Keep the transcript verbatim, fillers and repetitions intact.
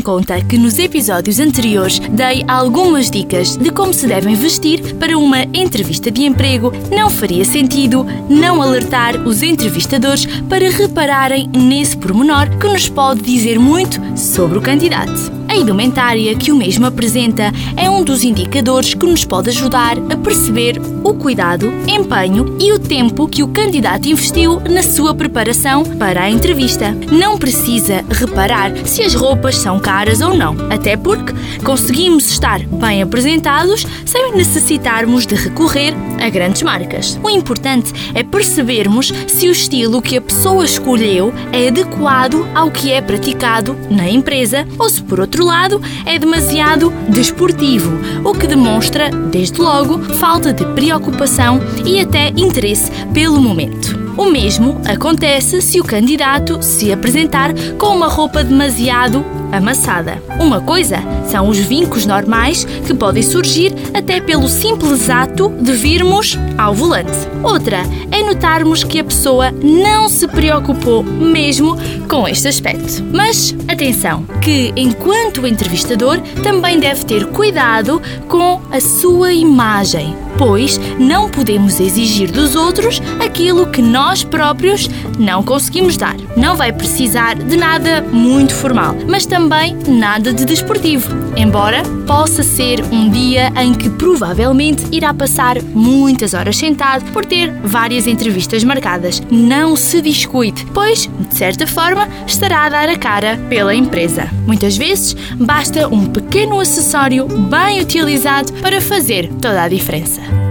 conta que nos episódios anteriores dei algumas dicas de como se devem vestir para uma entrevista de emprego, não faria sentido não alertar os entrevistadores para repararem nesse pormenor que nos pode dizer muito sobre o candidato. A indumentária que o mesmo apresenta é um dos indicadores que nos pode ajudar a perceber o cuidado, empenho e o tempo que o candidato investiu na sua preparação para a entrevista. Não precisa reparar se as roupas são caras ou não, até porque conseguimos estar bem apresentados sem necessitarmos de recorrer a grandes marcas. O importante é percebermos se o estilo que a pessoa escolheu é adequado ao que é praticado na empresa ou se, por outro lado, é demasiado desportivo, o que demonstra, desde logo, falta de preocupação e até interesse pelo momento. O mesmo acontece se o candidato se apresentar com uma roupa demasiado amassada. Uma coisa são os vincos normais que podem surgir até pelo simples ato de virmos ao volante. Outra é notarmos que a pessoa não se preocupou mesmo com este aspecto. Mas atenção, que enquanto entrevistador também deve ter cuidado com a sua imagem, pois não podemos exigir dos outros aquilo que nós próprios não conseguimos dar. Não vai precisar de nada muito formal, mas também nada de desportivo, embora possa ser um dia em que provavelmente irá passar muitas horas sentado por ter várias entrevistas marcadas. Não se descuide, pois, de certa forma, estará a dar a cara pela empresa. Muitas vezes, basta um pequeno acessório bem utilizado para fazer toda a diferença.